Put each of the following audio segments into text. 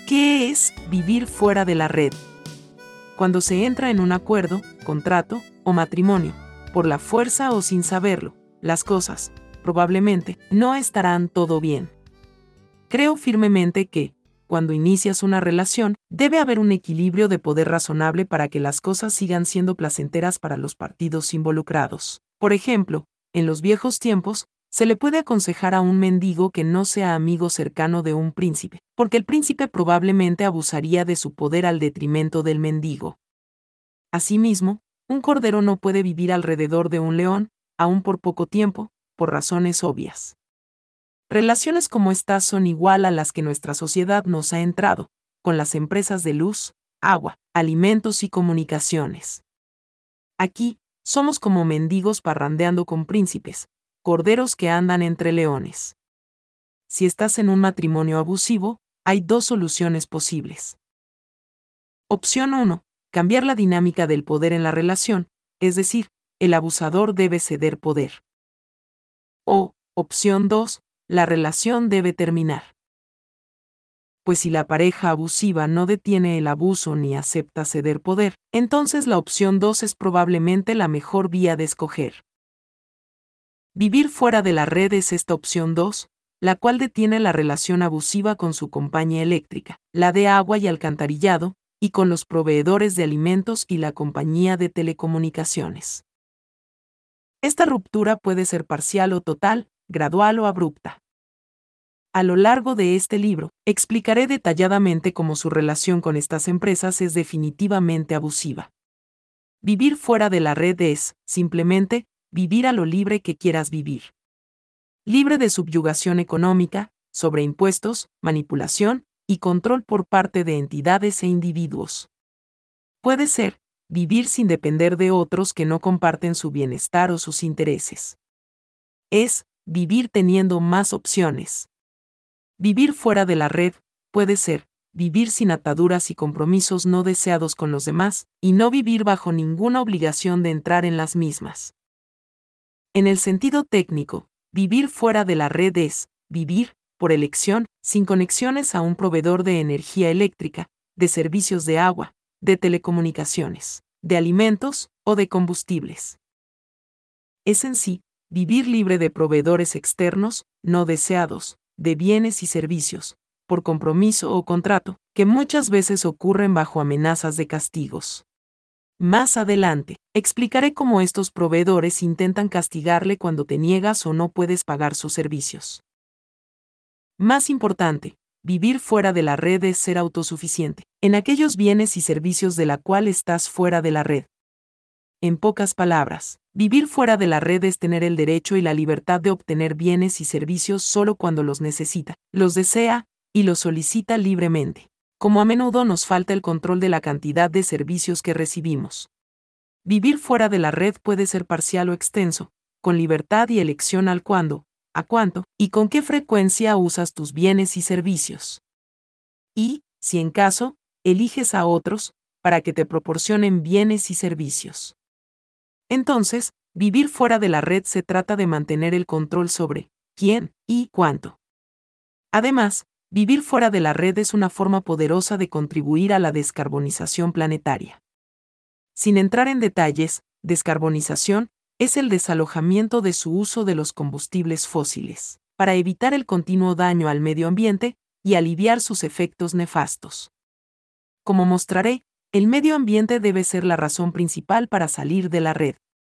¿Qué es vivir fuera de la red? Cuando se entra en un acuerdo, contrato o matrimonio, por la fuerza o sin saberlo, las cosas, probablemente, no estarán todo bien. Creo firmemente que, cuando inicias una relación, debe haber un equilibrio de poder razonable para que las cosas sigan siendo placenteras para los partidos involucrados. Por ejemplo, en los viejos tiempos, se le puede aconsejar a un mendigo que no sea amigo cercano de un príncipe, porque el príncipe probablemente abusaría de su poder al detrimento del mendigo. Asimismo, un cordero no puede vivir alrededor de un león, aun por poco tiempo, por razones obvias. Relaciones como estas son igual a las que nuestra sociedad nos ha entrado, con las empresas de luz, agua, alimentos y comunicaciones. Aquí, somos como mendigos parrandeando con príncipes, corderos que andan entre leones. Si estás en un matrimonio abusivo, hay dos soluciones posibles. Opción 1. Cambiar la dinámica del poder en la relación, es decir, el abusador debe ceder poder. O, opción 2. La relación debe terminar. Pues si la pareja abusiva no detiene el abuso ni acepta ceder poder, entonces la opción 2 es probablemente la mejor vía de escoger. Vivir fuera de la red es esta opción 2, la cual detiene la relación abusiva con su compañía eléctrica, la de agua y alcantarillado, y con los proveedores de alimentos y la compañía de telecomunicaciones. Esta ruptura puede ser parcial o total, gradual o abrupta. A lo largo de este libro, explicaré detalladamente cómo su relación con estas empresas es definitivamente abusiva. Vivir fuera de la red es, simplemente, vivir a lo libre que quieras vivir. Libre de subyugación económica, sobreimpuestos, manipulación y control por parte de entidades e individuos. Puede ser, vivir sin depender de otros que no comparten su bienestar o sus intereses. Es, vivir teniendo más opciones. Vivir fuera de la red puede ser vivir sin ataduras y compromisos no deseados con los demás, y no vivir bajo ninguna obligación de entrar en las mismas. En el sentido técnico, vivir fuera de la red es vivir, por elección, sin conexiones a un proveedor de energía eléctrica, de servicios de agua, de telecomunicaciones, de alimentos o de combustibles. Es en sí, vivir libre de proveedores externos, no deseados, de bienes y servicios, por compromiso o contrato, que muchas veces ocurren bajo amenazas de castigos. Más adelante, explicaré cómo estos proveedores intentan castigarle cuando te niegas o no puedes pagar sus servicios. Más importante, vivir fuera de la red es ser autosuficiente, en aquellos bienes y servicios de la cual estás fuera de la red. En pocas palabras, vivir fuera de la red es tener el derecho y la libertad de obtener bienes y servicios solo cuando los necesita, los desea y los solicita libremente. Como a menudo nos falta el control de la cantidad de servicios que recibimos. Vivir fuera de la red puede ser parcial o extenso, con libertad y elección al cuándo, a cuánto y con qué frecuencia usas tus bienes y servicios. Y, si en caso, eliges a otros, para que te proporcionen bienes y servicios. Entonces, vivir fuera de la red se trata de mantener el control sobre quién y cuánto. Además, vivir fuera de la red es una forma poderosa de contribuir a la descarbonización planetaria. Sin entrar en detalles, descarbonización es el desalojamiento de su uso de los combustibles fósiles, para evitar el continuo daño al medio ambiente y aliviar sus efectos nefastos. Como mostraré, el medio ambiente debe ser la razón principal para salir de la red.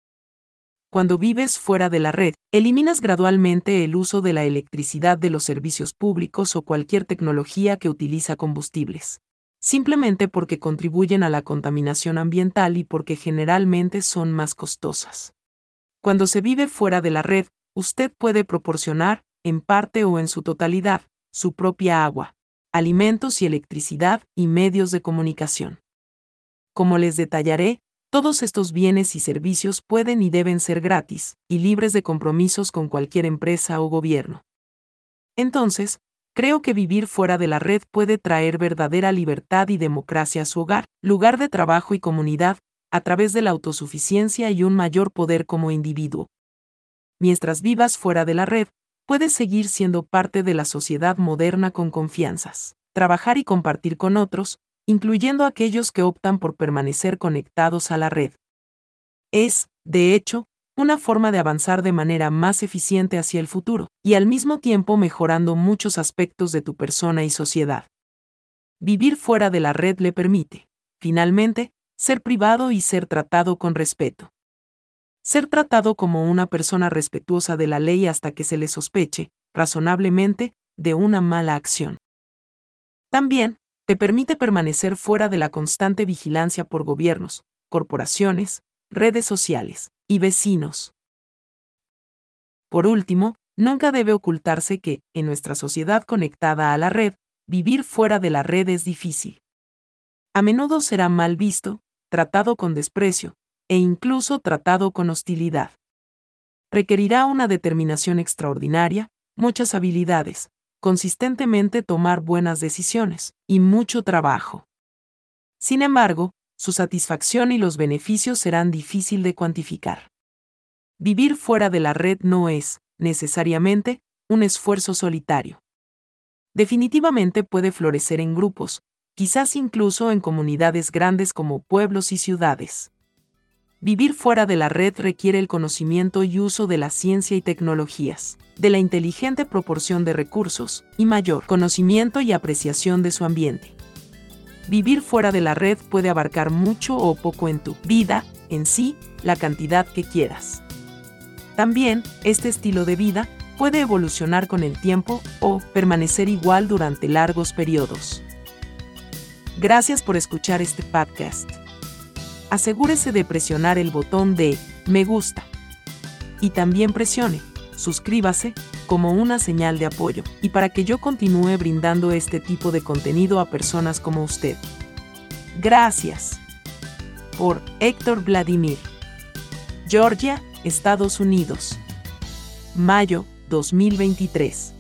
Cuando vives fuera de la red, eliminas gradualmente el uso de la electricidad de los servicios públicos o cualquier tecnología que utiliza combustibles, simplemente porque contribuyen a la contaminación ambiental y porque generalmente son más costosas. Cuando se vive fuera de la red, usted puede proporcionar, en parte o en su totalidad, su propia agua, alimentos y electricidad y medios de comunicación. Como les detallaré, todos estos bienes y servicios pueden y deben ser gratis, y libres de compromisos con cualquier empresa o gobierno. Entonces, creo que vivir fuera de la red puede traer verdadera libertad y democracia a su hogar, lugar de trabajo y comunidad, a través de la autosuficiencia y un mayor poder como individuo. Mientras vivas fuera de la red, puedes seguir siendo parte de la sociedad moderna con confianzas, trabajar y compartir con otros, incluyendo aquellos que optan por permanecer conectados a la red. Es, de hecho, una forma de avanzar de manera más eficiente hacia el futuro, y al mismo tiempo mejorando muchos aspectos de tu persona y sociedad. Vivir fuera de la red le permite, finalmente, ser privado y ser tratado con respeto. Ser tratado como una persona respetuosa de la ley hasta que se le sospeche, razonablemente, de una mala acción. También, te permite permanecer fuera de la constante vigilancia por gobiernos, corporaciones, redes sociales y vecinos. Por último, nunca debe ocultarse que, en nuestra sociedad conectada a la red, vivir fuera de la red es difícil. A menudo será mal visto, tratado con desprecio, e incluso tratado con hostilidad. Requerirá una determinación extraordinaria, muchas habilidades, consistentemente tomar buenas decisiones, y mucho trabajo. Sin embargo, su satisfacción y los beneficios serán difícil de cuantificar. Vivir fuera de la red no es, necesariamente, un esfuerzo solitario. Definitivamente puede florecer en grupos, quizás incluso en comunidades grandes como pueblos y ciudades. Vivir fuera de la red requiere el conocimiento y uso de la ciencia y tecnologías, de la inteligente proporción de recursos, y mayor conocimiento y apreciación de su ambiente. Vivir fuera de la red puede abarcar mucho o poco en tu vida, en sí, la cantidad que quieras. También, este estilo de vida puede evolucionar con el tiempo o permanecer igual durante largos periodos. Gracias por escuchar este podcast. Asegúrese de presionar el botón de me gusta y también presione suscríbase como una señal de apoyo y para que yo continúe brindando este tipo de contenido a personas como usted. Gracias. Por Héctor Vladimir. Georgia, Estados Unidos. Mayo 2023.